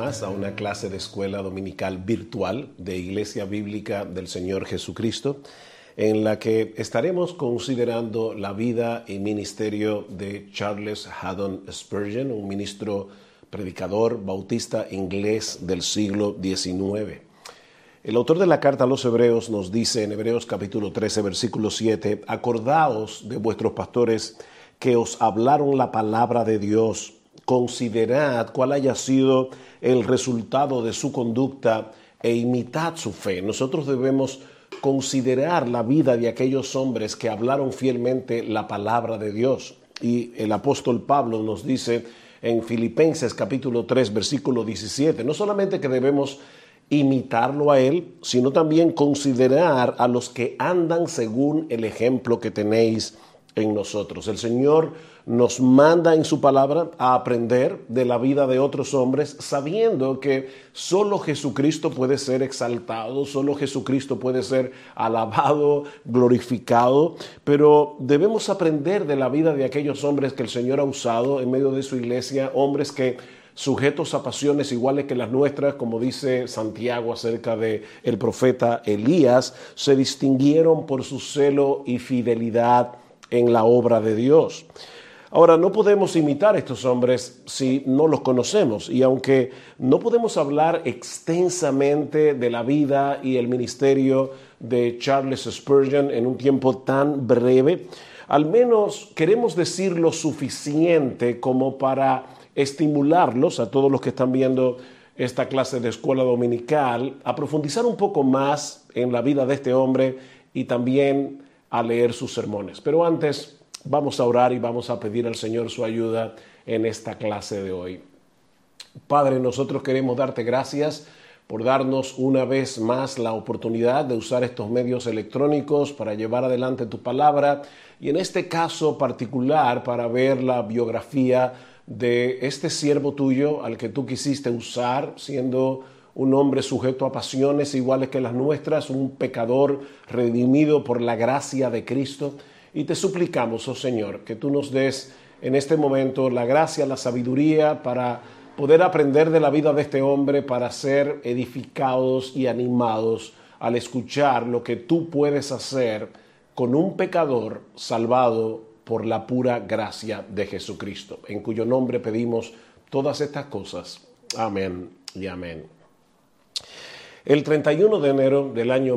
más a una clase de escuela dominical virtual de Iglesia Bíblica del Señor Jesucristo, en la que estaremos considerando la vida y ministerio de Charles Haddon Spurgeon, un ministro predicador bautista inglés del siglo XIX. El autor de la carta a los Hebreos nos dice en Hebreos capítulo 13, versículo 7, «Acordaos de vuestros pastores que os hablaron la palabra de Dios. Considerad cuál haya sido el resultado de su conducta e imitad su fe». Nosotros debemos considerar la vida de aquellos hombres que hablaron fielmente la palabra de Dios. Y el apóstol Pablo nos dice en Filipenses capítulo 3, versículo 17, no solamente que debemos imitarlo a él, sino también considerar a los que andan según el ejemplo que tenéis en nosotros. El Señor nos manda en su palabra a aprender de la vida de otros hombres, sabiendo que solo Jesucristo puede ser exaltado, solo Jesucristo puede ser alabado, glorificado, pero debemos aprender de la vida de aquellos hombres que el Señor ha usado en medio de su iglesia, hombres que sujetos a pasiones iguales que las nuestras, como dice Santiago acerca de el profeta Elías, se distinguieron por su celo y fidelidad en la obra de Dios. Ahora, no podemos imitar a estos hombres si no los conocemos, y aunque no podemos hablar extensamente de la vida y el ministerio de Charles Spurgeon en un tiempo tan breve, al menos queremos decir lo suficiente como para estimularlos, a todos los que están viendo esta clase de escuela dominical, a profundizar un poco más en la vida de este hombre y también a leer sus sermones. Pero antes vamos a orar y vamos a pedir al Señor su ayuda en esta clase de hoy. Padre, nosotros queremos darte gracias por darnos una vez más la oportunidad de usar estos medios electrónicos para llevar adelante tu palabra y en este caso particular para ver la biografía de este siervo tuyo al que tú quisiste usar, siendo un hombre sujeto a pasiones iguales que las nuestras, un pecador redimido por la gracia de Cristo. Y te suplicamos, oh Señor, que tú nos des en este momento la gracia, la sabiduría para poder aprender de la vida de este hombre, para ser edificados y animados al escuchar lo que tú puedes hacer con un pecador salvado por la pura gracia de Jesucristo, en cuyo nombre pedimos todas estas cosas. Amén y amén. El 31 de enero del año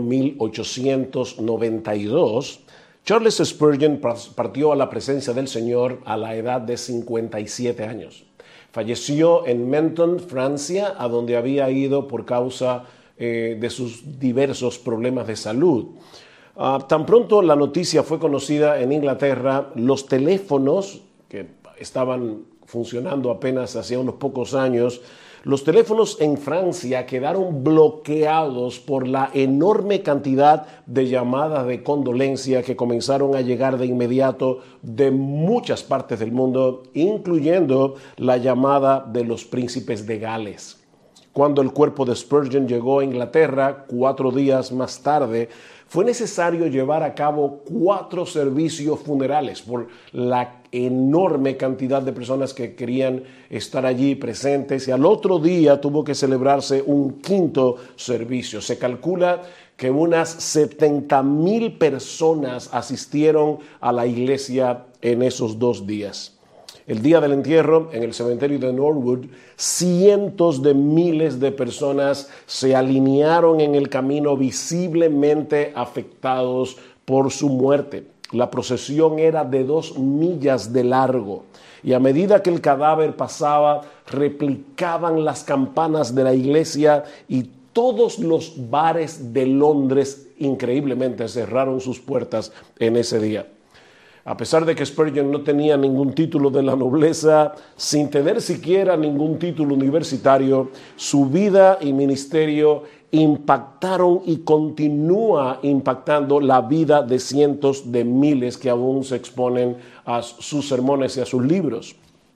1892, Charles Spurgeon partió a la presencia del Señor a la edad de 57 años. Falleció en Menton, Francia, a donde había ido por causa de sus diversos problemas de salud. Tan pronto la noticia fue conocida en Inglaterra, los teléfonos que estaban funcionando apenas hacía unos pocos años, los teléfonos en Francia quedaron bloqueados por la enorme cantidad de llamadas de condolencia que comenzaron a llegar de inmediato de muchas partes del mundo, incluyendo la llamada de los príncipes de Gales. Cuando el cuerpo de Spurgeon llegó a Inglaterra, 4 días más tarde, fue necesario llevar a cabo 4 servicios funerales por la enorme cantidad de personas que querían estar allí presentes, y al otro día tuvo que celebrarse un 5º servicio. Se calcula que unas 70,000 personas asistieron a la iglesia en esos 2 días. El día del entierro, en el cementerio de Norwood, cientos de miles de personas se alinearon en el camino visiblemente afectados por su muerte. La procesión era de 2 millas de largo y a medida que el cadáver pasaba, replicaban las campanas de la iglesia y todos los bares de Londres increíblemente cerraron sus puertas en ese día. A pesar de que Spurgeon no tenía ningún título de la nobleza, sin tener siquiera ningún título universitario, su vida y ministerio impactaron y continúa impactando la vida de cientos de miles que aún se exponen a sus sermones y a sus libros.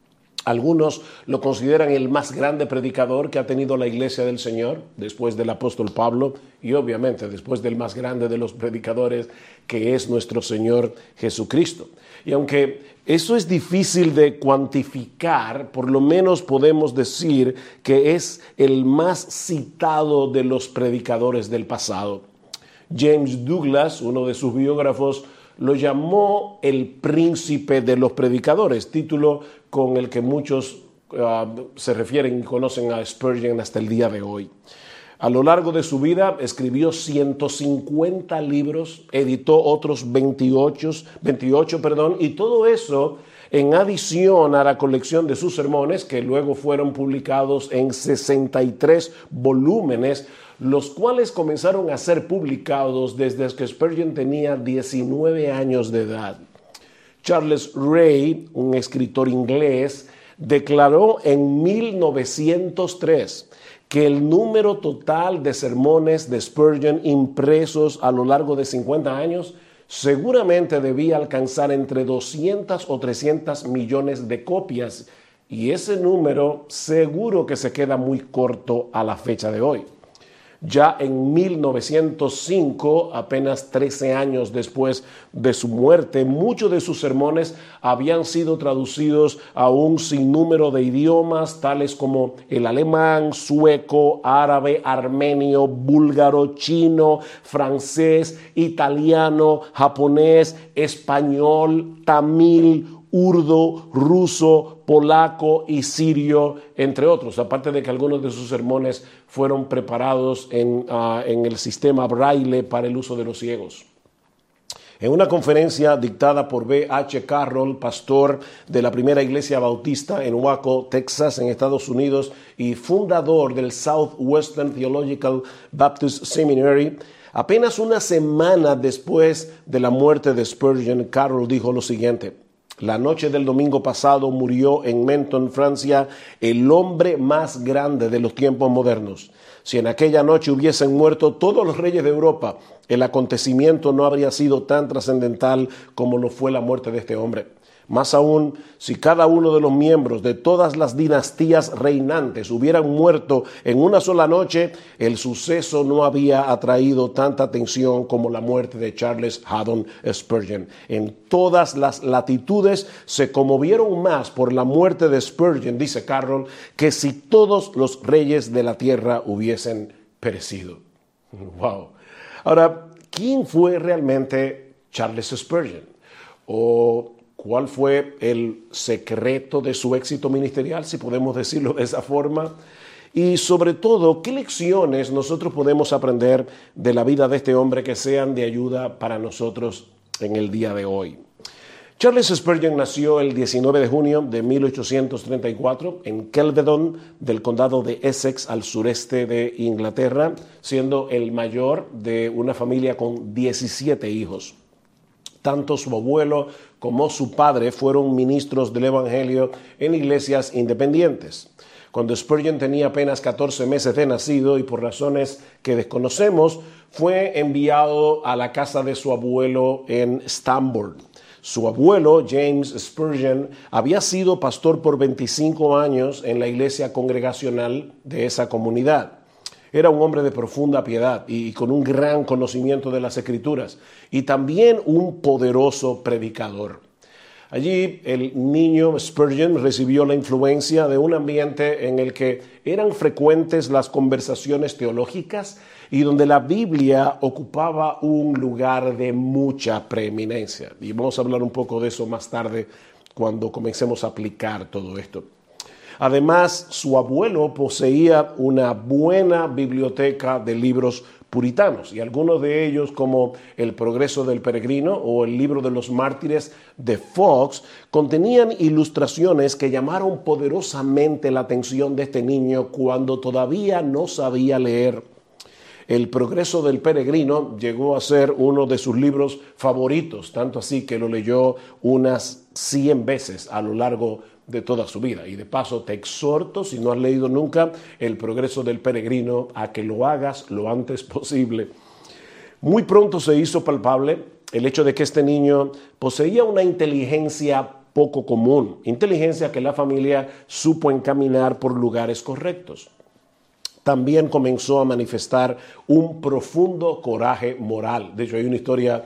Algunos lo consideran el más grande predicador que ha tenido la Iglesia del Señor, después del apóstol Pablo y obviamente después del más grande de los predicadores, que es nuestro Señor Jesucristo. Y aunque eso es difícil de cuantificar, por lo menos podemos decir que es el más citado de los predicadores del pasado. James Douglas, uno de sus biógrafos, lo llamó el príncipe de los predicadores, título con el que muchos se refieren y conocen a Spurgeon hasta el día de hoy. A lo largo de su vida escribió 150 libros, editó otros 28, y todo eso en adición a la colección de sus sermones, que luego fueron publicados en 63 volúmenes, los cuales comenzaron a ser publicados desde que Spurgeon tenía 19 años de edad. Charles Ray, un escritor inglés, declaró en 1903 que el número total de sermones de Spurgeon impresos a lo largo de 50 años seguramente debía alcanzar entre 200 o 300 millones de copias, y ese número seguro que se queda muy corto a la fecha de hoy. Ya en 1905, apenas 13 años después de su muerte, muchos de sus sermones habían sido traducidos a un sinnúmero de idiomas, tales como el alemán, sueco, árabe, armenio, búlgaro, chino, francés, italiano, japonés, español, tamil, urdu, ruso, polaco y sirio, entre otros, aparte de que algunos de sus sermones fueron preparados en el sistema Braille para el uso de los ciegos. En una conferencia dictada por B. H. Carroll, pastor de la primera iglesia bautista en Waco, Texas, en Estados Unidos, y fundador del Southwestern Theological Baptist Seminary, apenas una semana después de la muerte de Spurgeon, Carroll dijo lo siguiente: la noche del domingo pasado murió en Menton, Francia, el hombre más grande de los tiempos modernos. Si en aquella noche hubiesen muerto todos los reyes de Europa, el acontecimiento no habría sido tan trascendental como lo fue la muerte de este hombre. Más aún, si cada uno de los miembros de todas las dinastías reinantes hubieran muerto en una sola noche, el suceso no había atraído tanta atención como la muerte de Charles Haddon Spurgeon. En todas las latitudes se conmovieron más por la muerte de Spurgeon, dice Carroll, que si todos los reyes de la tierra hubiesen perecido. Wow. Ahora, ¿quién fue realmente Charles Spurgeon? ¿O cuál fue el secreto de su éxito ministerial, si podemos decirlo de esa forma? Y sobre todo, ¿qué lecciones nosotros podemos aprender de la vida de este hombre que sean de ayuda para nosotros en el día de hoy? Charles Spurgeon nació el 19 de junio de 1834 en Kelvedon, del condado de Essex, al sureste de Inglaterra, siendo el mayor de una familia con 17 hijos. Tanto su abuelo como su padre fueron ministros del Evangelio en iglesias independientes. Cuando Spurgeon tenía apenas 14 meses de nacido y por razones que desconocemos, fue enviado a la casa de su abuelo en Stamford. Su abuelo, James Spurgeon, había sido pastor por 25 años en la iglesia congregacional de esa comunidad. Era un hombre de profunda piedad y con un gran conocimiento de las Escrituras, y también un poderoso predicador. Allí el niño Spurgeon recibió la influencia de un ambiente en el que eran frecuentes las conversaciones teológicas y donde la Biblia ocupaba un lugar de mucha preeminencia. Y vamos a hablar un poco de eso más tarde cuando comencemos a aplicar todo esto. Además, su abuelo poseía una buena biblioteca de libros puritanos, y algunos de ellos, como El Progreso del Peregrino o El Libro de los Mártires de Fox, contenían ilustraciones que llamaron poderosamente la atención de este niño cuando todavía no sabía leer. El Progreso del Peregrino llegó a ser uno de sus libros favoritos, tanto así que lo leyó unas 100 veces a lo largo de toda su vida. Y de paso te exhorto, si no has leído nunca El Progreso del Peregrino, a que lo hagas lo antes posible. Muy pronto se hizo palpable el hecho de que este niño poseía una inteligencia poco común, inteligencia que la familia supo encaminar por lugares correctos. También comenzó a manifestar un profundo coraje moral. De hecho, hay una historia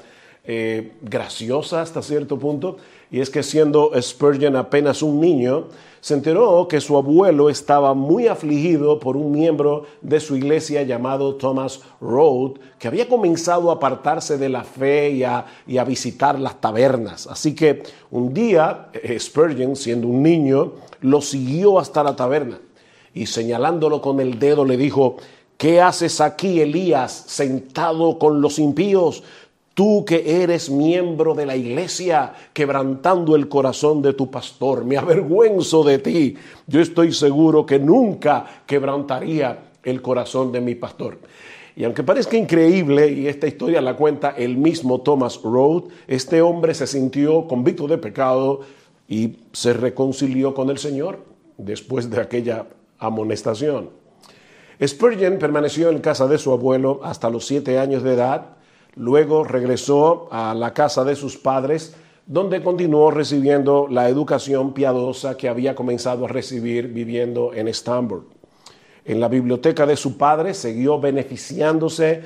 graciosa hasta cierto punto, y es que siendo Spurgeon apenas un niño, se enteró que su abuelo estaba muy afligido por un miembro de su iglesia llamado Thomas Road, que había comenzado a apartarse de la fe y a visitar las tabernas. Así que un día Spurgeon, siendo un niño, lo siguió hasta la taberna y señalándolo con el dedo le dijo: ¿qué haces aquí, Elías, sentado con los impíos? Tú que eres miembro de la iglesia, quebrantando el corazón de tu pastor. Me avergüenzo de ti. Yo estoy seguro que nunca quebrantaría el corazón de mi pastor. Y aunque parezca increíble, y esta historia la cuenta el mismo Thomas Road, este hombre se sintió convicto de pecado y se reconcilió con el Señor después de aquella amonestación. Spurgeon permaneció en casa de su abuelo hasta los 7 años de edad. Luego regresó a la casa de sus padres, donde continuó recibiendo la educación piadosa que había comenzado a recibir viviendo en Stamford. En la biblioteca de su padre siguió beneficiándose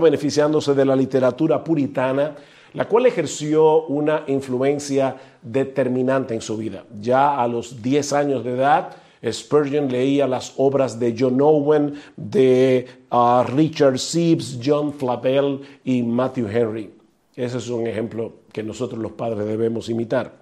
de la literatura puritana, la cual ejerció una influencia determinante en su vida. Ya a los 10 años de edad, Spurgeon leía las obras de John Owen, de Richard Sibbes, John Flavel y Matthew Henry. Ese es un ejemplo que nosotros los padres debemos imitar.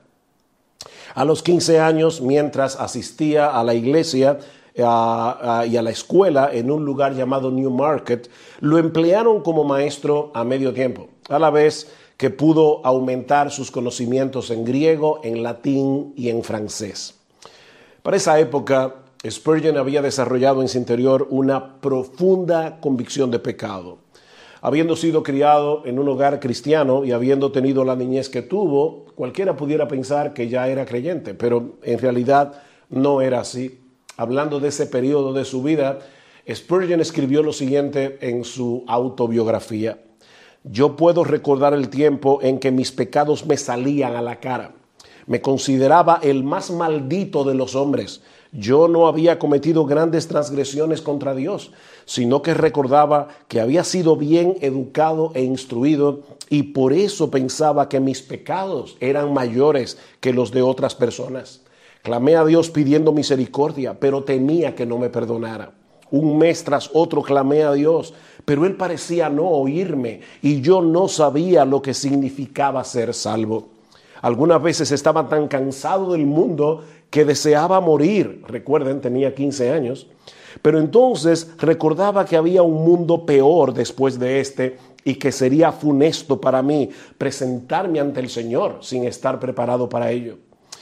A los 15 años, mientras asistía a la iglesia y a la escuela en un lugar llamado Newmarket, lo emplearon como maestro a medio tiempo, a la vez que pudo aumentar sus conocimientos en griego, en latín y en francés. Para esa época, Spurgeon había desarrollado en su interior una profunda convicción de pecado. Habiendo sido criado en un hogar cristiano y habiendo tenido la niñez que tuvo, cualquiera pudiera pensar que ya era creyente, pero en realidad no era así. Hablando de ese periodo de su vida, Spurgeon escribió lo siguiente en su autobiografía: yo puedo recordar el tiempo en que mis pecados me salían a la cara. Me consideraba el más maldito de los hombres. Yo no había cometido grandes transgresiones contra Dios, sino que recordaba que había sido bien educado e instruido y por eso pensaba que mis pecados eran mayores que los de otras personas. Clamé a Dios pidiendo misericordia, pero temía que no me perdonara. Un mes tras otro clamé a Dios, pero Él parecía no oírme y yo no sabía lo que significaba ser salvo. Algunas veces estaba tan cansado del mundo que deseaba morir. Recuerden, tenía 15 años. Pero entonces recordaba que había un mundo peor después de este y que sería funesto para mí presentarme ante el Señor sin estar preparado para ello.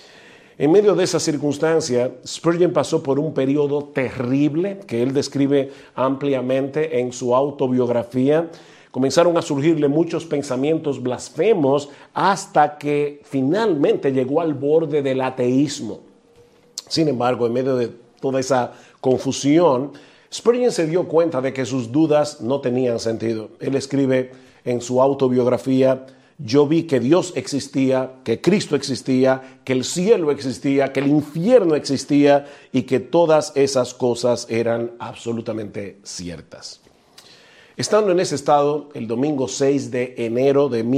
En medio de esa circunstancia, Spurgeon pasó por un periodo terrible que él describe ampliamente en su autobiografía. Comenzaron a surgirle muchos pensamientos blasfemos hasta que finalmente llegó al borde del ateísmo. Sin embargo, en medio de toda esa confusión, Spurgeon se dio cuenta de que sus dudas no tenían sentido. Él escribe en su autobiografía: yo vi que Dios existía, que Cristo existía, que el cielo existía, que el infierno existía y que todas esas cosas eran absolutamente ciertas. Estando en ese estado, el domingo 6 de enero de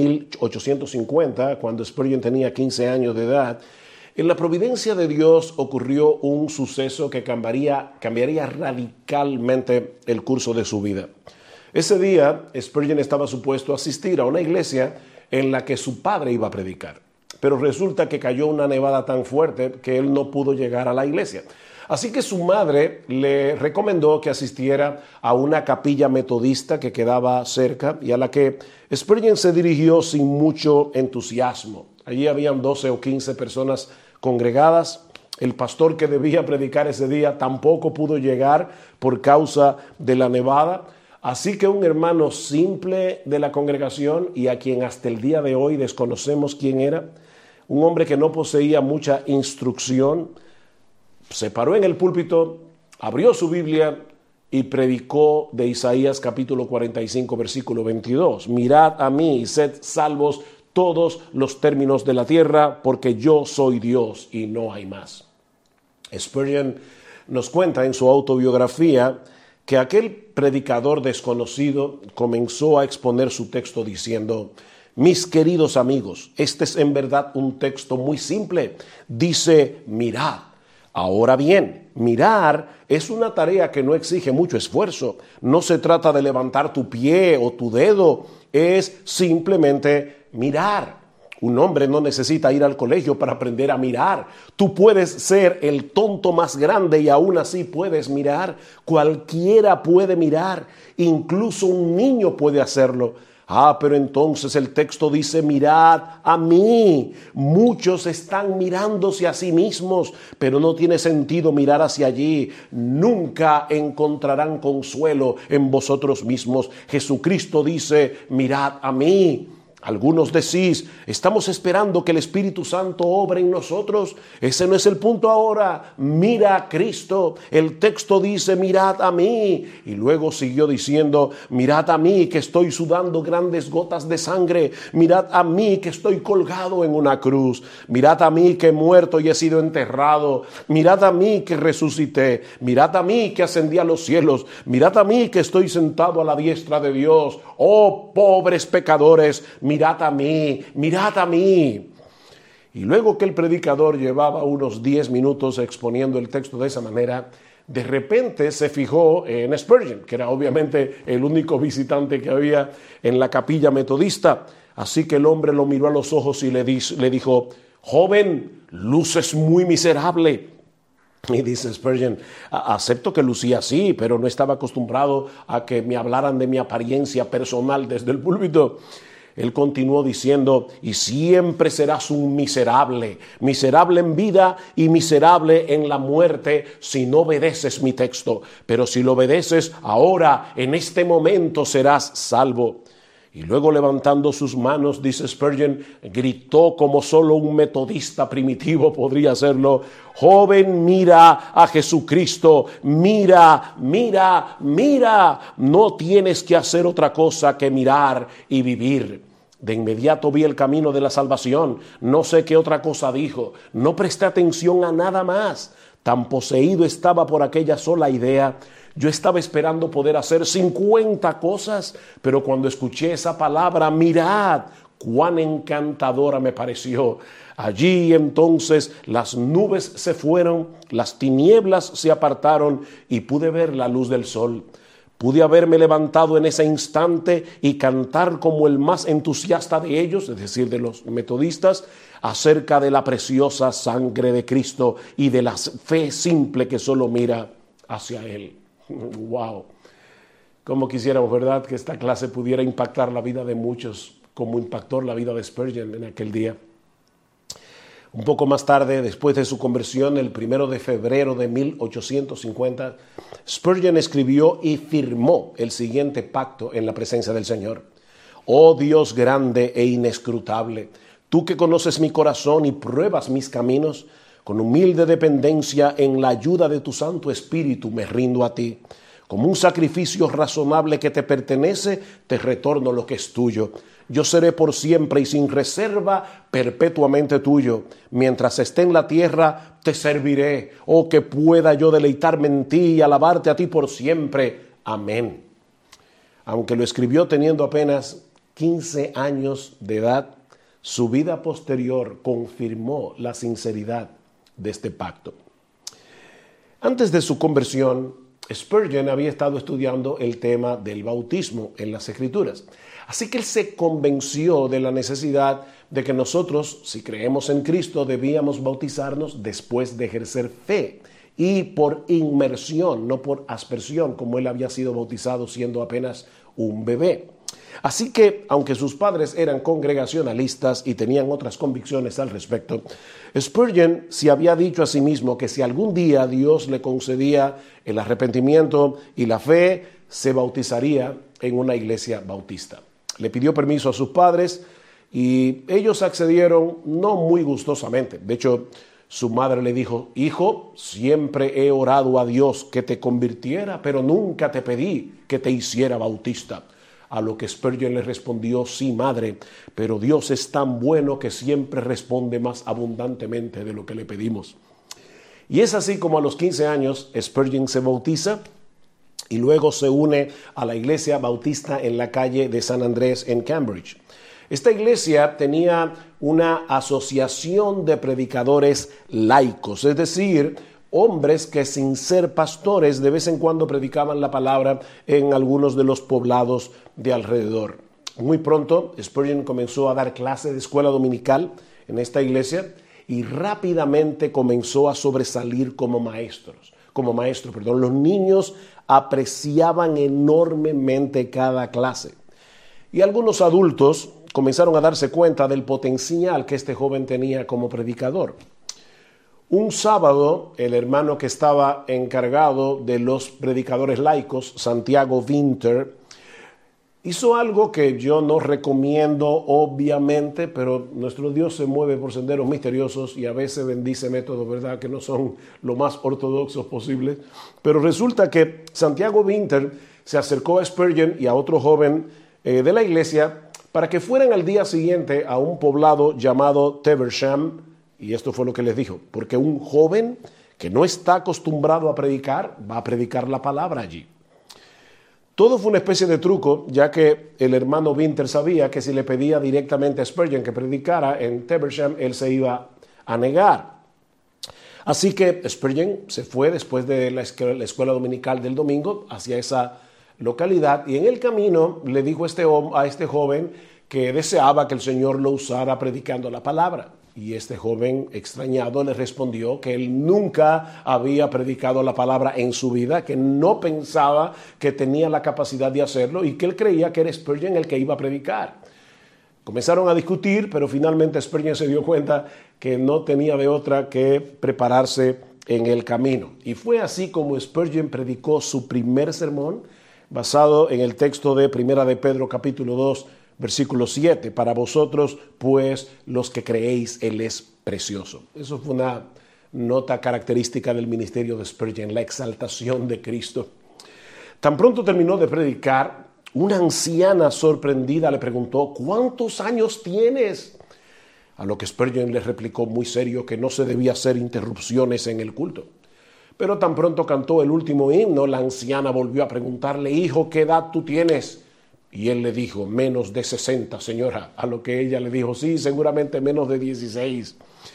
1850, cuando Spurgeon tenía 15 años de edad, en la providencia de Dios ocurrió un suceso que cambiaría radicalmente el curso de su vida. Ese día, Spurgeon estaba supuesto a asistir a una iglesia en la que su padre iba a predicar, pero resulta que cayó una nevada tan fuerte que él no pudo llegar a la iglesia. Así que su madre le recomendó que asistiera a una capilla metodista que quedaba cerca y a la que Spurgeon se dirigió sin mucho entusiasmo. Allí habían 12 o 15 personas congregadas. El pastor que debía predicar ese día tampoco pudo llegar por causa de la nevada. Así que un hermano simple de la congregación y a quien hasta el día de hoy desconocemos quién era, un hombre que no poseía mucha instrucción, se paró en el púlpito, abrió su Biblia y predicó de Isaías capítulo 45, versículo 22. Mirad a mí y sed salvos todos los términos de la tierra, porque yo soy Dios y no hay más. Spurgeon nos cuenta en su autobiografía que aquel predicador desconocido comenzó a exponer su texto diciendo: mis queridos amigos, este es en verdad un texto muy simple. Dice, mirad. Ahora bien, mirar es una tarea que no exige mucho esfuerzo. No se trata de levantar tu pie o tu dedo, es simplemente mirar. Un hombre no necesita ir al colegio para aprender a mirar. Tú puedes ser el tonto más grande y aún así puedes mirar. Cualquiera puede mirar, incluso un niño puede hacerlo. Pero entonces el texto dice, mirad a mí. Muchos están mirándose a sí mismos, pero no tiene sentido mirar hacia allí. Nunca encontrarán consuelo en vosotros mismos. Jesucristo dice, mirad a mí. Algunos decís, estamos esperando que el Espíritu Santo obre en nosotros. Ese no es el punto ahora. Mira a Cristo. El texto dice, mirad a mí. Y luego siguió diciendo, mirad a mí que estoy sudando grandes gotas de sangre. Mirad a mí que estoy colgado en una cruz. Mirad a mí que he muerto y he sido enterrado. Mirad a mí que resucité. Mirad a mí que ascendí a los cielos. Mirad a mí que estoy sentado a la diestra de Dios. Oh, pobres pecadores, mirad a mí, mirad a mí. Y luego que el predicador llevaba unos 10 minutos exponiendo el texto de esa manera, de repente se fijó en Spurgeon, que era obviamente el único visitante que había en la capilla metodista. Así que el hombre lo miró a los ojos y le dijo, joven, luces muy miserable. Y dice Spurgeon, acepto que lucía así, pero no estaba acostumbrado a que me hablaran de mi apariencia personal desde el púlpito. Él continuó diciendo, y siempre serás un miserable, miserable en vida y miserable en la muerte si no obedeces mi texto. Pero si lo obedeces ahora, en este momento serás salvo. Y luego levantando sus manos, dice Spurgeon, gritó como solo un metodista primitivo podría hacerlo, joven, mira a Jesucristo, mira, mira, mira, no tienes que hacer otra cosa que mirar y vivir. De inmediato vi el camino de la salvación, no sé qué otra cosa dijo, no presté atención a nada más, tan poseído estaba por aquella sola idea. Yo estaba esperando poder hacer 50 cosas, pero cuando escuché esa palabra, mirad, cuán encantadora me pareció. Allí entonces las nubes se fueron, las tinieblas se apartaron y pude ver la luz del sol. Pude haberme levantado en ese instante y cantar como el más entusiasta de ellos, es decir, de los metodistas, acerca de la preciosa sangre de Cristo y de la fe simple que solo mira hacia Él. Wow, como quisiéramos, ¿verdad?, que esta clase pudiera impactar la vida de muchos, como impactó la vida de Spurgeon en aquel día. Un poco más tarde, después de su conversión, el 1 de febrero de 1850, Spurgeon escribió y firmó el siguiente pacto en la presencia del Señor. Oh Dios grande e inescrutable, tú que conoces mi corazón y pruebas mis caminos, con humilde dependencia en la ayuda de tu Santo Espíritu me rindo a ti. Como un sacrificio razonable que te pertenece, te retorno lo que es tuyo. Yo seré por siempre y sin reserva perpetuamente tuyo. Mientras esté en la tierra, te serviré. Oh, que pueda yo deleitarme en ti y alabarte a ti por siempre. Amén. Aunque lo escribió teniendo apenas 15 años de edad, su vida posterior confirmó la sinceridad de este pacto. Antes de su conversión, Spurgeon había estado estudiando el tema del bautismo en las Escrituras. Así que él se convenció de la necesidad de que nosotros, si creemos en Cristo, debíamos bautizarnos después de ejercer fe y por inmersión, no por aspersión, como él había sido bautizado siendo apenas un bebé. Así que, aunque sus padres eran congregacionalistas y tenían otras convicciones al respecto, Spurgeon se había dicho a sí mismo que si algún día Dios le concedía el arrepentimiento y la fe, se bautizaría en una iglesia bautista. Le pidió permiso a sus padres y ellos accedieron no muy gustosamente. De hecho, su madre le dijo, hijo, siempre he orado a Dios que te convirtiera, pero nunca te pedí que te hiciera bautista. a lo que Spurgeon le respondió: sí, madre, pero Dios es tan bueno que siempre responde más abundantemente de lo que le pedimos. Y es así como a los 15 años Spurgeon se bautiza y luego se une a la iglesia bautista en la calle de San Andrés en Cambridge. Esta iglesia tenía una asociación de predicadores laicos, es decir, hombres que sin ser pastores de vez en cuando predicaban la palabra en algunos de los poblados de alrededor. Muy pronto Spurgeon comenzó a dar clases de escuela dominical en esta iglesia y rápidamente comenzó a sobresalir como maestro. Los niños apreciaban enormemente cada clase. Y algunos adultos comenzaron a darse cuenta del potencial que este joven tenía como predicador. Un sábado, el hermano que estaba encargado de los predicadores laicos, Santiago Winter, hizo algo que yo no recomiendo, obviamente, pero nuestro Dios se mueve por senderos misteriosos y a veces bendice métodos, ¿verdad?, que no son lo más ortodoxos posibles. Pero resulta que Santiago Winter se acercó a Spurgeon y a otro joven de la iglesia para que fueran al día siguiente a un poblado llamado Teversham, y esto fue lo que les dijo: porque un joven que no está acostumbrado a predicar, va a predicar la palabra allí. Todo fue una especie de truco, ya que el hermano Winter sabía que si le pedía directamente a Spurgeon que predicara en Teversham, él se iba a negar. Así que Spurgeon se fue después de la escuela dominical del domingo hacia esa localidad, y en el camino le dijo a este joven que deseaba que el Señor lo usara predicando la palabra. Y este joven extrañado le respondió que él nunca había predicado la palabra en su vida, que no pensaba que tenía la capacidad de hacerlo y que él creía que era Spurgeon el que iba a predicar. Comenzaron a discutir, pero finalmente Spurgeon se dio cuenta que no tenía de otra que prepararse en el camino. Y fue así como Spurgeon predicó su primer sermón, basado en el texto de Primera de Pedro capítulo 2, versículo 7. Para vosotros, pues, los que creéis, Él es precioso. Eso fue una nota característica del ministerio de Spurgeon, la exaltación de Cristo. Tan pronto terminó de predicar, una anciana sorprendida le preguntó: ¿cuántos años tienes? A lo que Spurgeon le replicó muy serio que no se debía hacer interrupciones en el culto. Pero tan pronto cantó el último himno, la anciana volvió a preguntarle: hijo, ¿qué edad tú tienes? Y él le dijo: menos de 60, señora. A lo que ella le dijo: sí, seguramente menos de 16.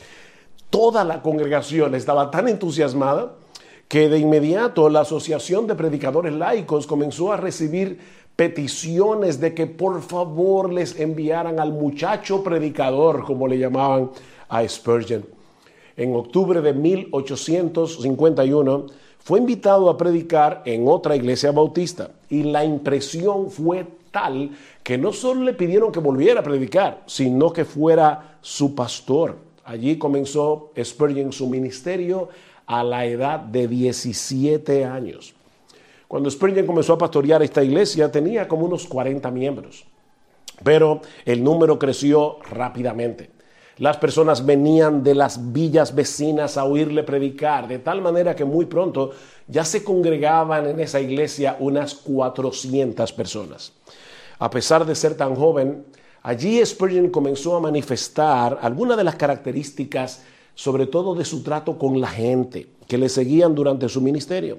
Toda la congregación estaba tan entusiasmada que de inmediato la Asociación de Predicadores Laicos comenzó a recibir peticiones de que por favor les enviaran al muchacho predicador, como le llamaban a Spurgeon. En octubre de 1851 fue invitado a predicar en otra iglesia bautista y la impresión fue tal que no solo le pidieron que volviera a predicar, sino que fuera su pastor. Allí comenzó Spurgeon su ministerio a la edad de 17 años. Cuando Spurgeon comenzó a pastorear esta iglesia tenía como unos 40 miembros, pero el número creció rápidamente. Las personas venían de las villas vecinas a oírle predicar, de tal manera que muy pronto ya se congregaban en esa iglesia unas 400 personas. A pesar de ser tan joven, allí Spurgeon comenzó a manifestar algunas de las características, sobre todo de su trato con la gente, que le seguirían durante su ministerio.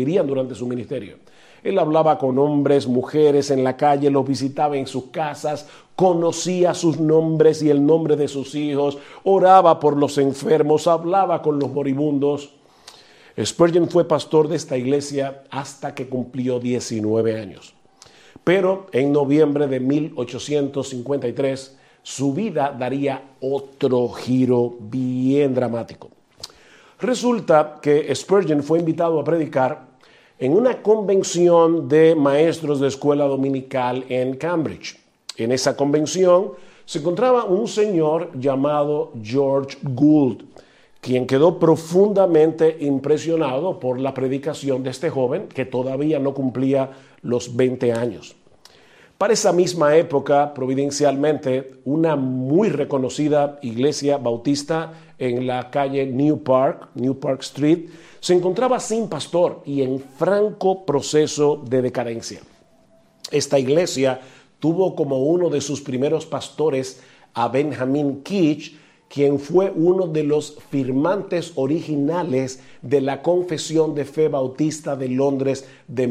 Él hablaba con hombres, mujeres en la calle, los visitaba en sus casas, conocía sus nombres y el nombre de sus hijos, oraba por los enfermos, hablaba con los moribundos. Spurgeon fue pastor de esta iglesia hasta que cumplió 19 años. Pero en noviembre de 1853, su vida daría otro giro bien dramático. Resulta que Spurgeon fue invitado a predicar en una convención de maestros de escuela dominical en Cambridge. En esa convención se encontraba un señor llamado George Gould, quien quedó profundamente impresionado por la predicación de este joven que todavía no cumplía los 20 años. Para esa misma época, providencialmente, una muy reconocida iglesia bautista en la calle New Park Street, se encontraba sin pastor y en franco proceso de decadencia. Esta iglesia tuvo como uno de sus primeros pastores a Benjamin Keach, quien fue uno de los firmantes originales de la Confesión de Fe Bautista de Londres de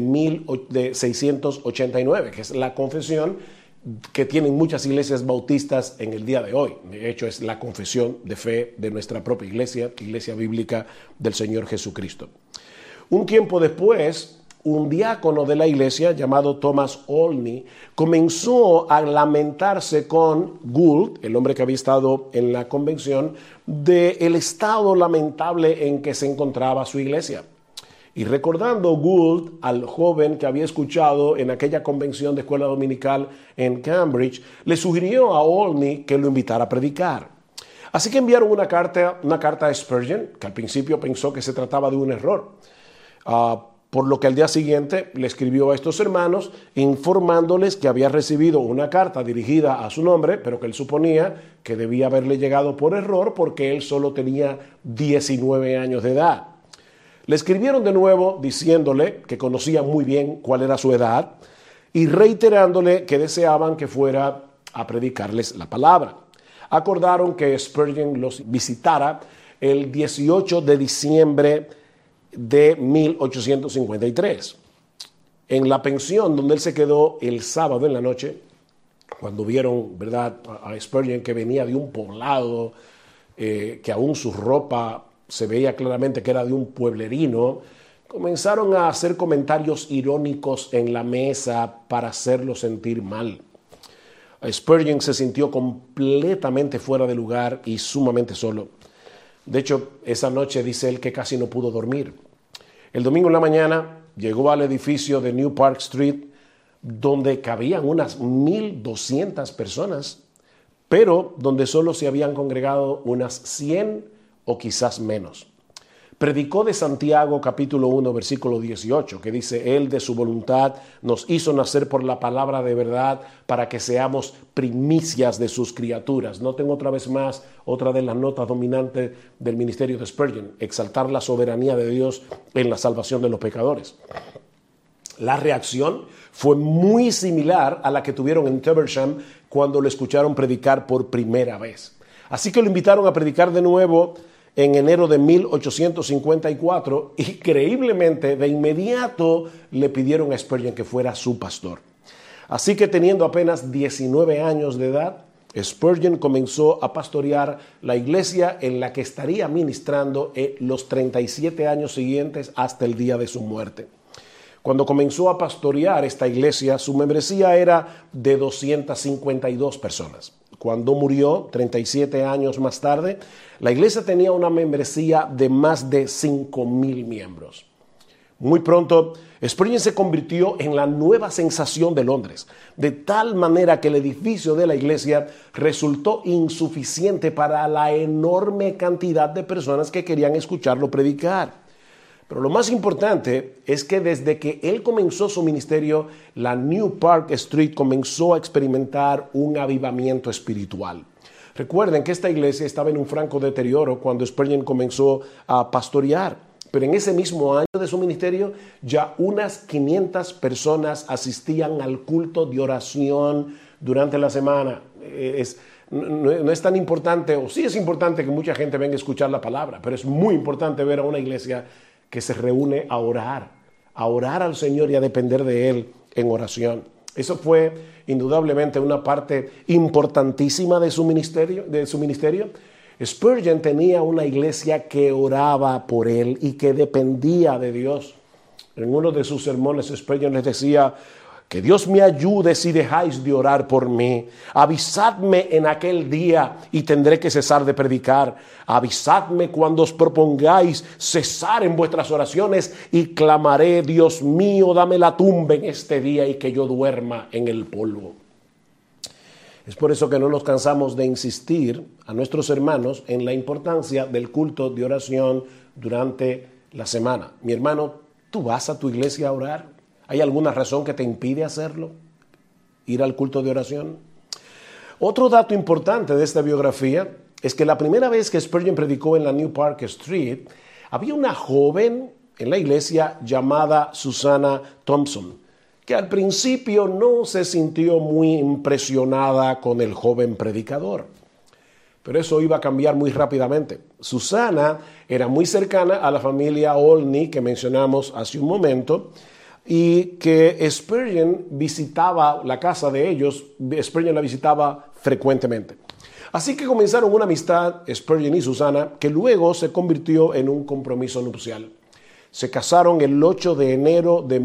1689, que es la confesión que tienen muchas iglesias bautistas en el día de hoy. De hecho, es la confesión de fe de nuestra propia iglesia, Iglesia Bíblica del Señor Jesucristo. Un tiempo después, un diácono de la iglesia llamado Thomas Olney comenzó a lamentarse con Gould, el hombre que había estado en la convención, del estado lamentable en que se encontraba su iglesia. Y recordando Gould al joven que había escuchado en aquella convención de escuela dominical en Cambridge, le sugirió a Olney que lo invitara a predicar. Así que enviaron una carta a Spurgeon, que al principio pensó que se trataba de un error. Por lo que al día siguiente le escribió a estos hermanos informándoles que había recibido una carta dirigida a su nombre, pero que él suponía que debía haberle llegado por error porque él solo tenía 19 años de edad. Le escribieron de nuevo diciéndole que conocían muy bien cuál era su edad y reiterándole que deseaban que fuera a predicarles la palabra. Acordaron que Spurgeon los visitara el 18 de diciembre de 1853. En la pensión donde él se quedó el sábado en la noche, cuando vieron, ¿verdad?, a Spurgeon que venía de un poblado, que aún su ropa se veía claramente que era de un pueblerino, comenzaron a hacer comentarios irónicos en la mesa para hacerlo sentir mal. Spurgeon se sintió completamente fuera de lugar y sumamente solo. De hecho, esa noche dice él que casi no pudo dormir. El domingo en la mañana llegó al edificio de New Park Street, donde cabían unas 1,200 personas, pero donde solo se habían congregado unas 100 o quizás menos. Predicó de Santiago capítulo 1 versículo 18, que dice: Él de su voluntad nos hizo nacer por la palabra de verdad para que seamos primicias de sus criaturas. Noten otra vez más, otra de las notas dominantes del ministerio de Spurgeon: exaltar la soberanía de Dios en la salvación de los pecadores. La reacción fue muy similar a la que tuvieron en Teversham cuando lo escucharon predicar por primera vez. Así que lo invitaron a predicar de nuevo en enero de 1854 y creíblemente de inmediato le pidieron a Spurgeon que fuera su pastor. Así que teniendo apenas 19 años de edad, Spurgeon comenzó a pastorear la iglesia en la que estaría ministrando los 37 años siguientes hasta el día de su muerte. Cuando comenzó a pastorear esta iglesia, su membresía era de 252 personas. Cuando murió, 37 años más tarde, la iglesia tenía una membresía de más de 5,000 miembros. Muy pronto, Spurgeon se convirtió en la nueva sensación de Londres, de tal manera que el edificio de la iglesia resultó insuficiente para la enorme cantidad de personas que querían escucharlo predicar. Pero lo más importante es que desde que él comenzó su ministerio, la New Park Street comenzó a experimentar un avivamiento espiritual. Recuerden que esta iglesia estaba en un franco deterioro cuando Spurgeon comenzó a pastorear. Pero en ese mismo año de su ministerio, ya unas 500 personas asistían al culto de oración durante la semana. No es tan importante, o sí es importante que mucha gente venga a escuchar la palabra, pero es muy importante ver a una iglesia que se reúne a orar al Señor y a depender de Él en oración. Eso fue indudablemente una parte importantísima de su ministerio. Spurgeon tenía una iglesia que oraba por él y que dependía de Dios. En uno de sus sermones, Spurgeon les decía: que Dios me ayude si dejáis de orar por mí. Avisadme en aquel día y tendré que cesar de predicar. Avisadme cuando os propongáis cesar en vuestras oraciones y clamaré: Dios mío, dame la tumba en este día y que yo duerma en el polvo. Es por eso que no nos cansamos de insistir a nuestros hermanos en la importancia del culto de oración durante la semana. Mi hermano, ¿tú vas a tu iglesia a orar? ¿Hay alguna razón que te impide hacerlo? ¿Ir al culto de oración? Otro dato importante de esta biografía es que la primera vez que Spurgeon predicó en la New Park Street, había una joven en la iglesia llamada Susanna Thompson, que al principio no se sintió muy impresionada con el joven predicador. Pero eso iba a cambiar muy rápidamente. Susana era muy cercana a la familia Olney que mencionamos hace un momento, y que Spurgeon visitaba la casa de ellos. Spurgeon la visitaba frecuentemente. Así que comenzaron una amistad, Spurgeon y Susana, que luego se convirtió en un compromiso nupcial. Se casaron el 8 de enero de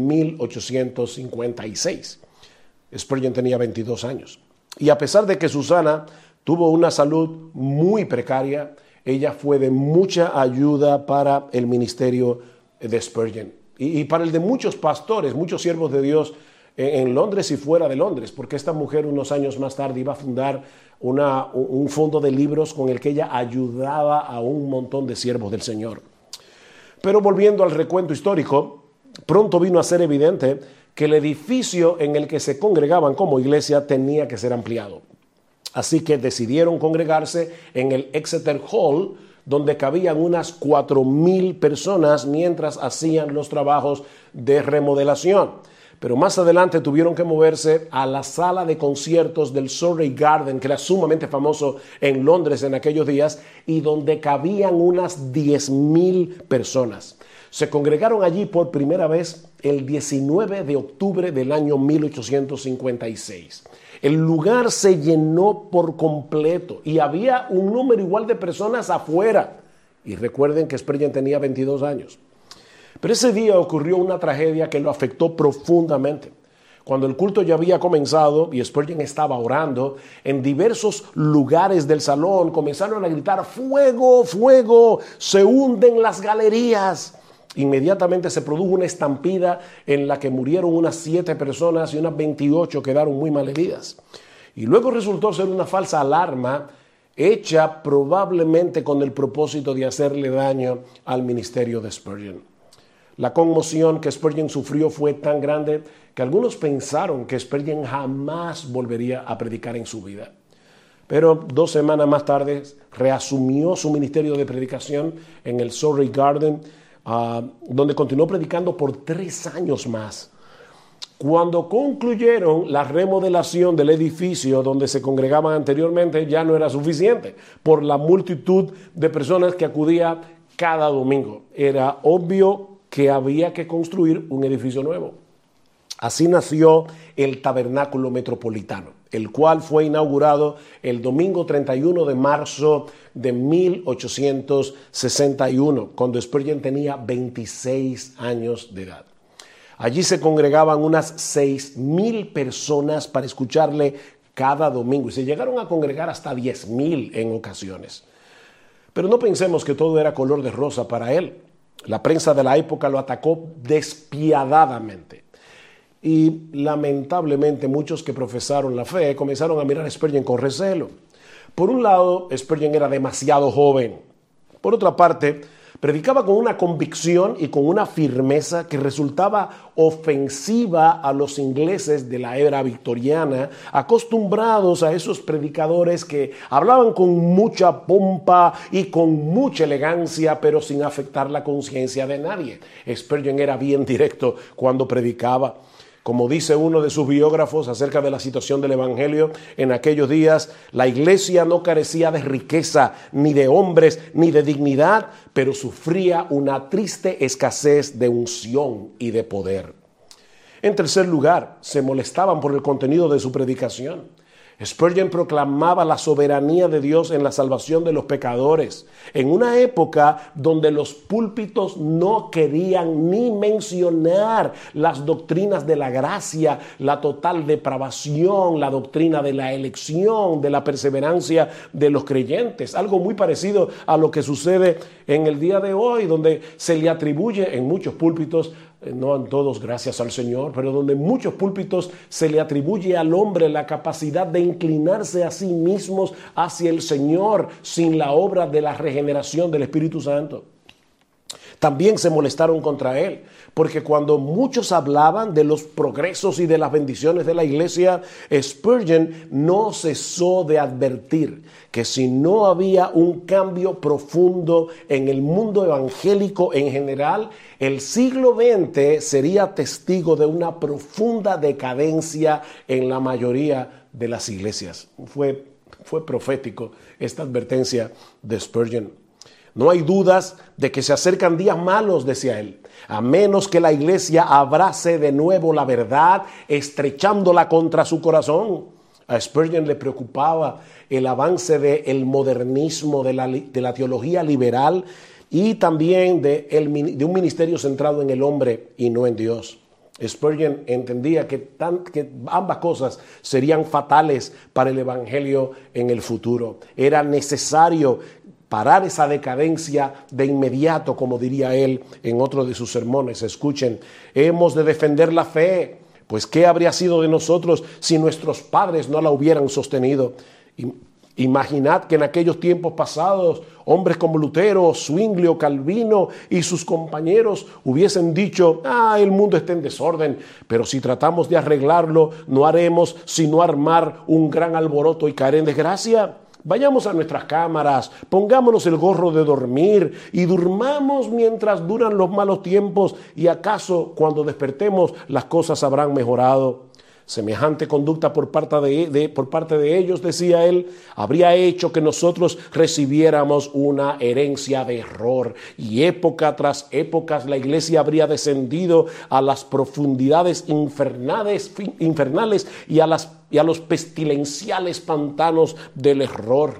1856. Spurgeon tenía 22 años. Y a pesar de que Susana tuvo una salud muy precaria, ella fue de mucha ayuda para el ministerio de Spurgeon y para el de muchos pastores, muchos siervos de Dios en Londres y fuera de Londres, porque esta mujer unos años más tarde iba a fundar un fondo de libros con el que ella ayudaba a un montón de siervos del Señor. Pero volviendo al recuento histórico, pronto vino a ser evidente que el edificio en el que se congregaban como iglesia tenía que ser ampliado. Así que decidieron congregarse en el Exeter Hall, donde cabían unas 4,000 personas mientras hacían los trabajos de remodelación. Pero más adelante tuvieron que moverse a la sala de conciertos del Surrey Garden, que era sumamente famoso en Londres en aquellos días, y donde cabían unas 10,000 personas. Se congregaron allí por primera vez el 19 de octubre del año 1856. El lugar se llenó por completo y había un número igual de personas afuera. Y recuerden que Spurgeon tenía 22 años. Pero ese día ocurrió una tragedia que lo afectó profundamente. Cuando el culto ya había comenzado y Spurgeon estaba orando, en diversos lugares del salón comenzaron a gritar: ¡fuego, fuego! ¡Se hunden las galerías! Inmediatamente se produjo una estampida en la que murieron unas 7 personas y unas 28 quedaron muy mal heridas. Y luego resultó ser una falsa alarma hecha probablemente con el propósito de hacerle daño al ministerio de Spurgeon. La conmoción que Spurgeon sufrió fue tan grande que algunos pensaron que Spurgeon jamás volvería a predicar en su vida. Pero 2 semanas más tarde reasumió su ministerio de predicación en el Surrey Garden, donde continuó predicando por 3 años más. Cuando concluyeron la remodelación del edificio donde se congregaban anteriormente, ya no era suficiente por la multitud de personas que acudía cada domingo. Era obvio que había que construir un edificio nuevo. Así nació el Tabernáculo Metropolitano, el cual fue inaugurado el domingo 31 de marzo de 1861, cuando Spurgeon tenía 26 años de edad. Allí se congregaban unas 6,000 personas para escucharle cada domingo y se llegaron a congregar hasta 10,000 en ocasiones. Pero no pensemos que todo era color de rosa para él. La prensa de la época lo atacó despiadadamente. Y lamentablemente muchos que profesaron la fe comenzaron a mirar a Spurgeon con recelo. Por un lado, Spurgeon era demasiado joven. Por otra parte, predicaba con una convicción y con una firmeza que resultaba ofensiva a los ingleses de la era victoriana, acostumbrados a esos predicadores que hablaban con mucha pompa y con mucha elegancia, pero sin afectar la conciencia de nadie. Spurgeon era bien directo cuando predicaba. Como dice uno de sus biógrafos acerca de la situación del evangelio, en aquellos días la iglesia no carecía de riqueza, ni de hombres, ni de dignidad, pero sufría una triste escasez de unción y de poder. En tercer lugar, se molestaban por el contenido de su predicación. Spurgeon proclamaba la soberanía de Dios en la salvación de los pecadores, en una época donde los púlpitos no querían ni mencionar las doctrinas de la gracia, la total depravación, la doctrina de la elección, de la perseverancia de los creyentes. Algo muy parecido a lo que sucede en el día de hoy, donde se le atribuye en muchos púlpitos, no en todos, gracias al Señor, pero donde en muchos púlpitos se le atribuye al hombre la capacidad de inclinarse a sí mismos hacia el Señor sin la obra de la regeneración del Espíritu Santo. también se molestaron contra él, porque cuando muchos hablaban de los progresos y de las bendiciones de la iglesia, Spurgeon no cesó de advertir que si no había un cambio profundo en el mundo evangélico en general, el siglo XX sería testigo de una profunda decadencia en la mayoría de las iglesias. Fue profético esta advertencia de Spurgeon. No hay dudas de que se acercan días malos, decía él, a menos que la iglesia abrace de nuevo la verdad, estrechándola contra su corazón. A Spurgeon le preocupaba el avance del modernismo, de la teología liberal y también de un ministerio centrado en el hombre y no en Dios. Spurgeon entendía que ambas cosas serían fatales para el evangelio en el futuro. Era necesario parar esa decadencia de inmediato, como diría él en otro de sus sermones. Escuchen, hemos de defender la fe, pues ¿qué habría sido de nosotros si nuestros padres no la hubieran sostenido? Imaginad que en aquellos tiempos pasados, hombres como Lutero, Zwingli o Calvino y sus compañeros hubiesen dicho, el mundo está en desorden, pero si tratamos de arreglarlo, no haremos sino armar un gran alboroto y caer en desgracia. Vayamos a nuestras cámaras, pongámonos el gorro de dormir y durmamos mientras duran los malos tiempos y acaso cuando despertemos las cosas habrán mejorado. Semejante conducta por parte de ellos, decía él, habría hecho que nosotros recibiéramos una herencia de error y época tras época la iglesia habría descendido a las profundidades infernales y a los pestilenciales pantanos del error.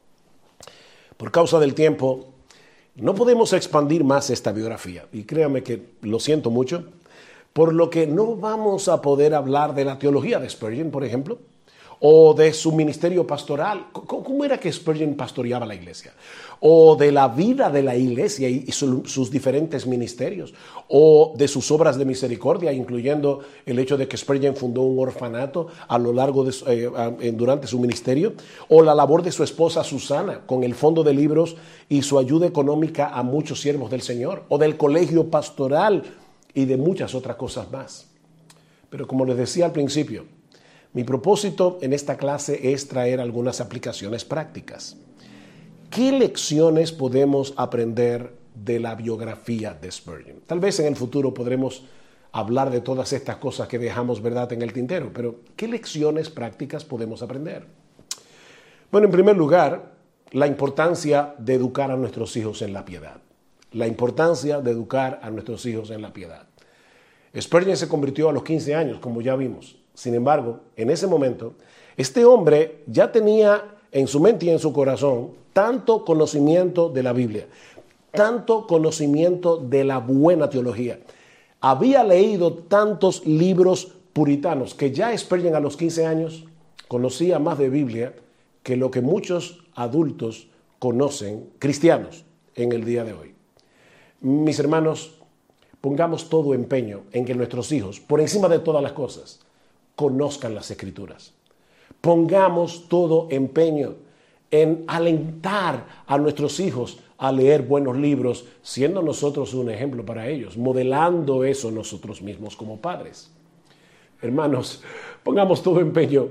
Por causa del tiempo, no podemos expandir más esta biografía y créame que lo siento mucho. Por lo que no vamos a poder hablar de la teología de Spurgeon, por ejemplo, o de su ministerio pastoral. ¿Cómo era que Spurgeon pastoreaba la iglesia? O de la vida de la iglesia y sus diferentes ministerios, o de sus obras de misericordia, incluyendo el hecho de que Spurgeon fundó un orfanato a lo largo durante su ministerio, o la labor de su esposa Susana con el fondo de libros y su ayuda económica a muchos siervos del Señor, o del colegio pastoral, y de muchas otras cosas más. Pero como les decía al principio, mi propósito en esta clase es traer algunas aplicaciones prácticas. ¿Qué lecciones podemos aprender de la biografía de Spurgeon? Tal vez en el futuro podremos hablar de todas estas cosas que dejamos, ¿verdad?, en el tintero, pero ¿qué lecciones prácticas podemos aprender? Bueno, en primer lugar, la importancia de educar a nuestros hijos en la piedad. La importancia de educar a nuestros hijos en la piedad. Spurgeon se convirtió a los 15 años, como ya vimos. Sin embargo, en ese momento, este hombre ya tenía en su mente y en su corazón tanto conocimiento de la Biblia, tanto conocimiento de la buena teología. Había leído tantos libros puritanos que ya Spurgeon a los 15 años conocía más de Biblia que lo que muchos adultos conocen, cristianos, en el día de hoy. Mis hermanos, pongamos todo empeño en que nuestros hijos, por encima de todas las cosas, conozcan las Escrituras. Pongamos todo empeño en alentar a nuestros hijos a leer buenos libros, siendo nosotros un ejemplo para ellos, modelando eso nosotros mismos como padres. Hermanos, pongamos todo empeño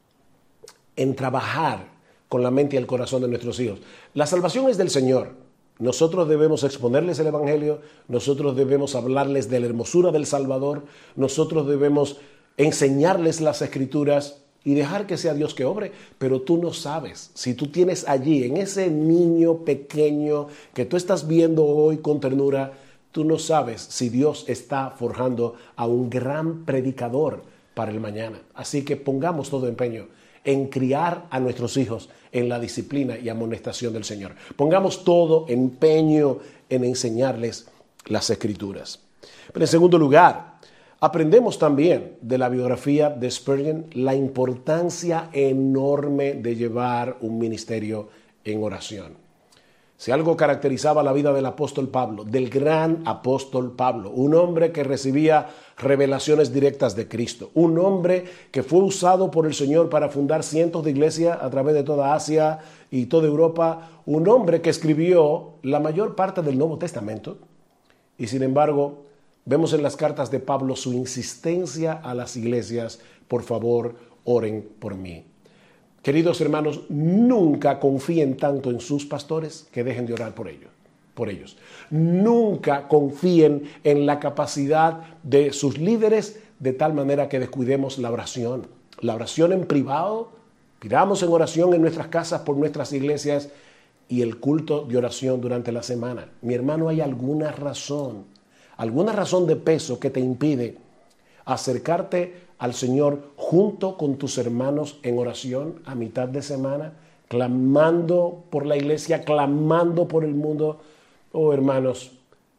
en trabajar con la mente y el corazón de nuestros hijos. La salvación es del Señor. Nosotros debemos exponerles el Evangelio, nosotros debemos hablarles de la hermosura del Salvador, nosotros debemos enseñarles las Escrituras y dejar que sea Dios que obre. Pero tú no sabes, si tú tienes allí, en ese niño pequeño que tú estás viendo hoy con ternura, tú no sabes si Dios está forjando a un gran predicador para el mañana. Así que pongamos todo empeño en criar a nuestros hijos en la disciplina y amonestación del Señor. Pongamos todo empeño en enseñarles las Escrituras. Pero en segundo lugar, aprendemos también de la biografía de Spurgeon la importancia enorme de llevar un ministerio en oración. Si algo caracterizaba la vida del apóstol Pablo, del gran apóstol Pablo, un hombre que recibía revelaciones directas de Cristo, un hombre que fue usado por el Señor para fundar cientos de iglesias a través de toda Asia y toda Europa, un hombre que escribió la mayor parte del Nuevo Testamento, Y sin embargo, vemos en las cartas de Pablo su insistencia a las iglesias: por favor, oren por mí. Queridos hermanos, nunca confíen tanto en sus pastores que dejen de orar por ellos. Nunca confíen en la capacidad de sus líderes de tal manera que descuidemos la oración. La oración en privado, pidamos en oración en nuestras casas por nuestras iglesias, y el culto de oración durante la semana. Mi hermano, ¿hay alguna razón de peso que te impide acercarte al Señor junto con tus hermanos en oración a mitad de semana, clamando por la iglesia, clamando por el mundo? Oh, hermanos,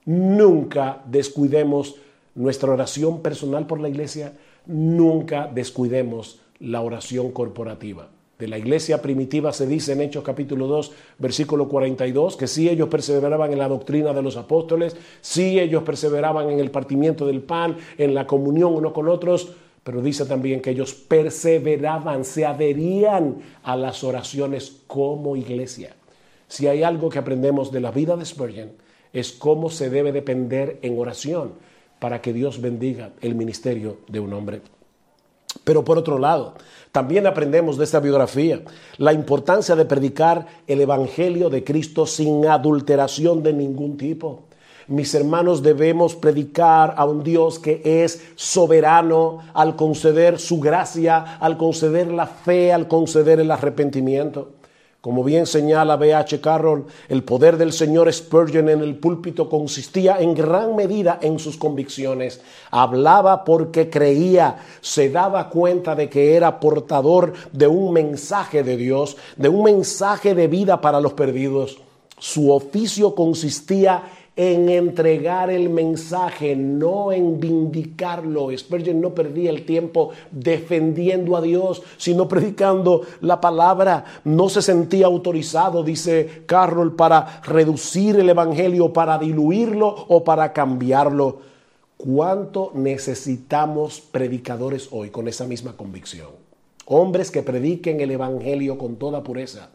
nunca descuidemos nuestra oración personal por la iglesia, nunca descuidemos la oración corporativa. De la iglesia primitiva se dice en Hechos capítulo 2, versículo 42, que sí, ellos perseveraban en la doctrina de los apóstoles, sí, ellos perseveraban en el partimiento del pan, en la comunión unos con otros, pero dice también que ellos perseveraban, se adherían a las oraciones como iglesia. Si hay algo que aprendemos de la vida de Spurgeon, es cómo se debe depender en oración para que Dios bendiga el ministerio de un hombre. Pero por otro lado, también aprendemos de esta biografía la importancia de predicar el evangelio de Cristo sin adulteración de ningún tipo. Mis hermanos, debemos predicar a un Dios que es soberano al conceder su gracia, al conceder la fe, al conceder el arrepentimiento. Como bien señala B.H. Carroll, el poder del señor Spurgeon en el púlpito consistía en gran medida en sus convicciones. Hablaba porque creía, se daba cuenta de que era portador de un mensaje de Dios, de un mensaje de vida para los perdidos. Su oficio consistía en entregar el mensaje, no en vindicarlo. Spurgeon no perdía el tiempo defendiendo a Dios, sino predicando la palabra. No se sentía autorizado, dice Carroll, para reducir el evangelio, para diluirlo o para cambiarlo. ¿Cuánto necesitamos predicadores hoy con esa misma convicción? Hombres que prediquen el evangelio con toda pureza.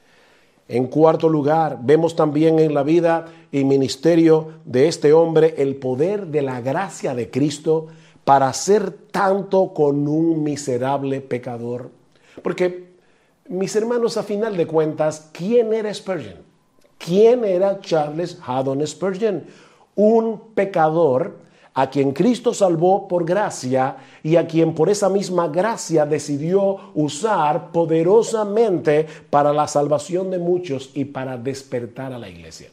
En cuarto lugar, vemos también en la vida y ministerio de este hombre el poder de la gracia de Cristo para hacer tanto con un miserable pecador. Porque, mis hermanos, a final de cuentas, ¿quién era Spurgeon? ¿Quién era Charles Haddon Spurgeon? Un pecador a quien Cristo salvó por gracia y a quien por esa misma gracia decidió usar poderosamente para la salvación de muchos y para despertar a la iglesia.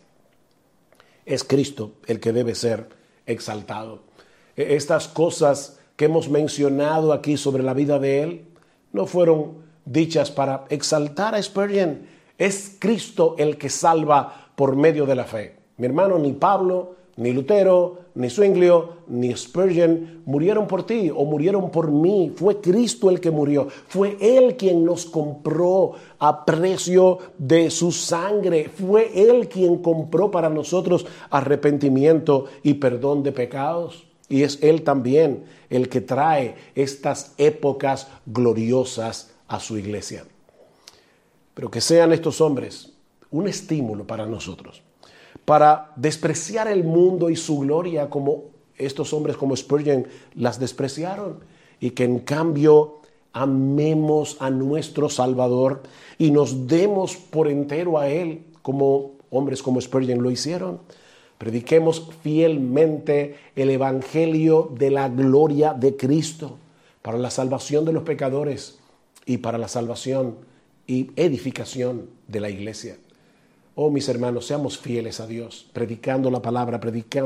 Es Cristo el que debe ser exaltado. Estas cosas que hemos mencionado aquí sobre la vida de él no fueron dichas para exaltar a Spurgeon. Es Cristo el que salva por medio de la fe. Mi hermano, ni Pablo, ni Lutero, ni Zwinglio, ni Spurgeon murieron por ti o murieron por mí. Fue Cristo el que murió. Fue Él quien nos compró a precio de su sangre. Fue Él quien compró para nosotros arrepentimiento y perdón de pecados. Y es Él también el que trae estas épocas gloriosas a su iglesia. Pero que sean estos hombres un estímulo para nosotros, para despreciar el mundo y su gloria como estos hombres como Spurgeon las despreciaron, y que en cambio amemos a nuestro Salvador y nos demos por entero a Él como hombres como Spurgeon lo hicieron. Prediquemos fielmente el evangelio de la gloria de Cristo para la salvación de los pecadores y para la salvación y edificación de la iglesia. Oh, mis hermanos, seamos fieles a Dios, predicando la palabra,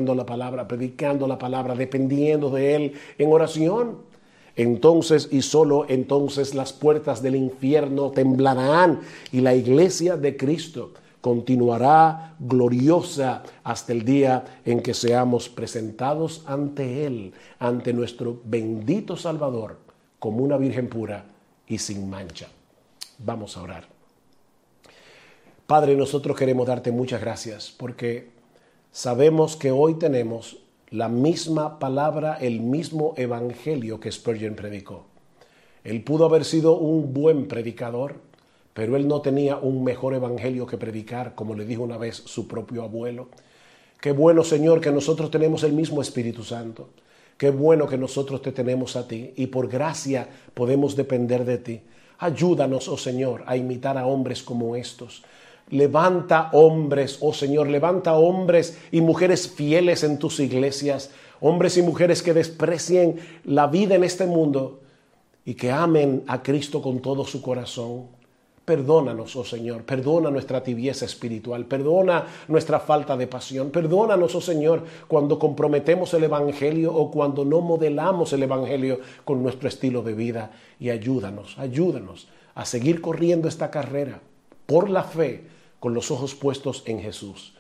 dependiendo de Él en oración. Entonces y solo entonces las puertas del infierno temblarán y la iglesia de Cristo continuará gloriosa hasta el día en que seamos presentados ante Él, ante nuestro bendito Salvador, como una virgen pura y sin mancha. Vamos a orar. Padre, nosotros queremos darte muchas gracias porque sabemos que hoy tenemos la misma palabra, el mismo evangelio que Spurgeon predicó. Él pudo haber sido un buen predicador, pero él no tenía un mejor evangelio que predicar, como le dijo una vez su propio abuelo. Qué bueno, Señor, que nosotros tenemos el mismo Espíritu Santo. Qué bueno que nosotros te tenemos a ti y por gracia podemos depender de ti. Ayúdanos, oh Señor, a imitar a hombres como estos. Levanta hombres, oh Señor, levanta hombres y mujeres fieles en tus iglesias, hombres y mujeres que desprecien la vida en este mundo y que amen a Cristo con todo su corazón. Perdónanos, oh Señor, perdona nuestra tibieza espiritual, perdona nuestra falta de pasión, perdónanos, oh Señor, cuando comprometemos el Evangelio o cuando no modelamos el Evangelio con nuestro estilo de vida, y ayúdanos a seguir corriendo esta carrera por la fe, con los ojos puestos en Jesús.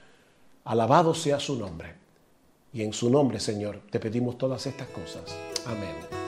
Alabado sea su nombre, y en su nombre, Señor, te pedimos todas estas cosas. Amén.